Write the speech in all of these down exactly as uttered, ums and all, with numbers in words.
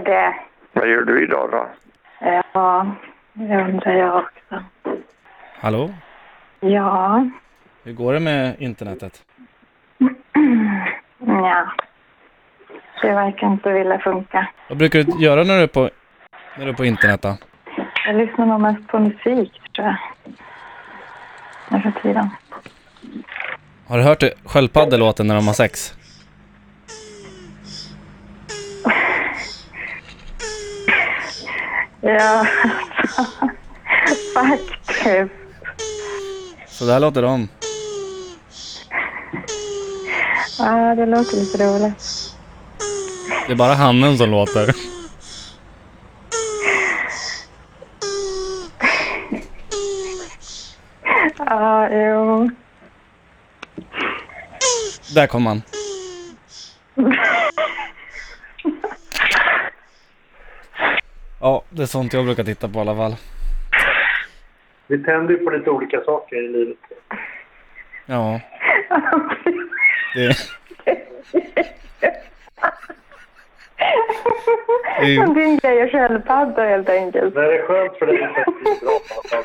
det. Vad gör du idag då? Ja, det undrar jag också. Hallå? Ja. Hur går det med internetet? Ja. Det verkar inte vilja funka. Vad brukar du göra när du är på, när du är på internet då? Jag lyssnar nog mest på musik, tror jag. Nu för tiden. Har du hört det? Sköldpaddelåten när de har sex? Ja, faktiskt. Så där låter de. Ja, det låter lite roligt. Det är bara hannen som låter. Ja, jo. Där kom han. Ja, det är sånt jag brukar titta på i alla fall. Vi tänder ju på lite olika saker i livet. Ja. Det... Det är din grej är sköldpadda helt enkelt. Men det är skönt för dig att det är bra.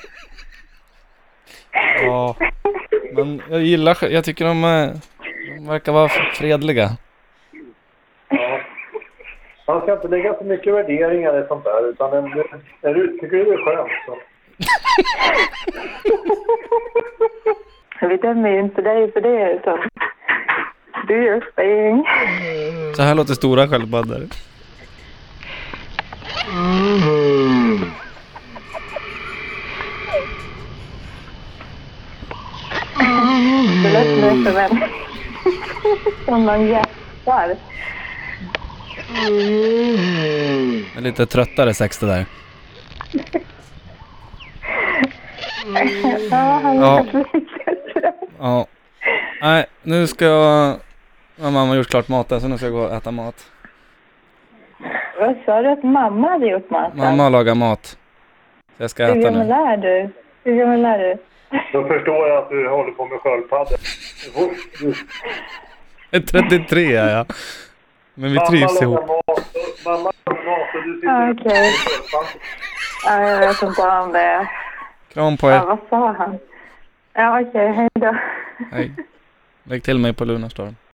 Ja, men jag gillar, jag tycker de, är, de verkar vara fredliga. Ja. Man ska inte lägga så mycket värderingar i sånt där, utan en, en, en tycker det är skönt så. Vi dömer ju inte dig för det, utan du gör spring. Så här låter stora sköldpaddor. Mm. Det lät mig som en som man jättar. Det är lite tröttare sex det där. Ja, han Ja. är Ja. Nej, nu ska jag... Ja, mamma har gjort klart maten, så nu ska jag gå och äta mat. Vad sa du att mamma hade gjort maten? Mamma har lagat mat. Så jag ska Hur äta gammal nu. är du? Hur gammal är du? Då förstår jag att du håller på med sköldpaddor. Jag är trettiotre, ja, ja. Men vi trivs ihop. Mamma lagar mat och du sitter Ah, i okej. sköldpaddor. Ja, jag vet inte om det. Kram på Ja, er. vad sa han? Ja, okej, hej då. Hej. Lägg till mig på Lunarstorm.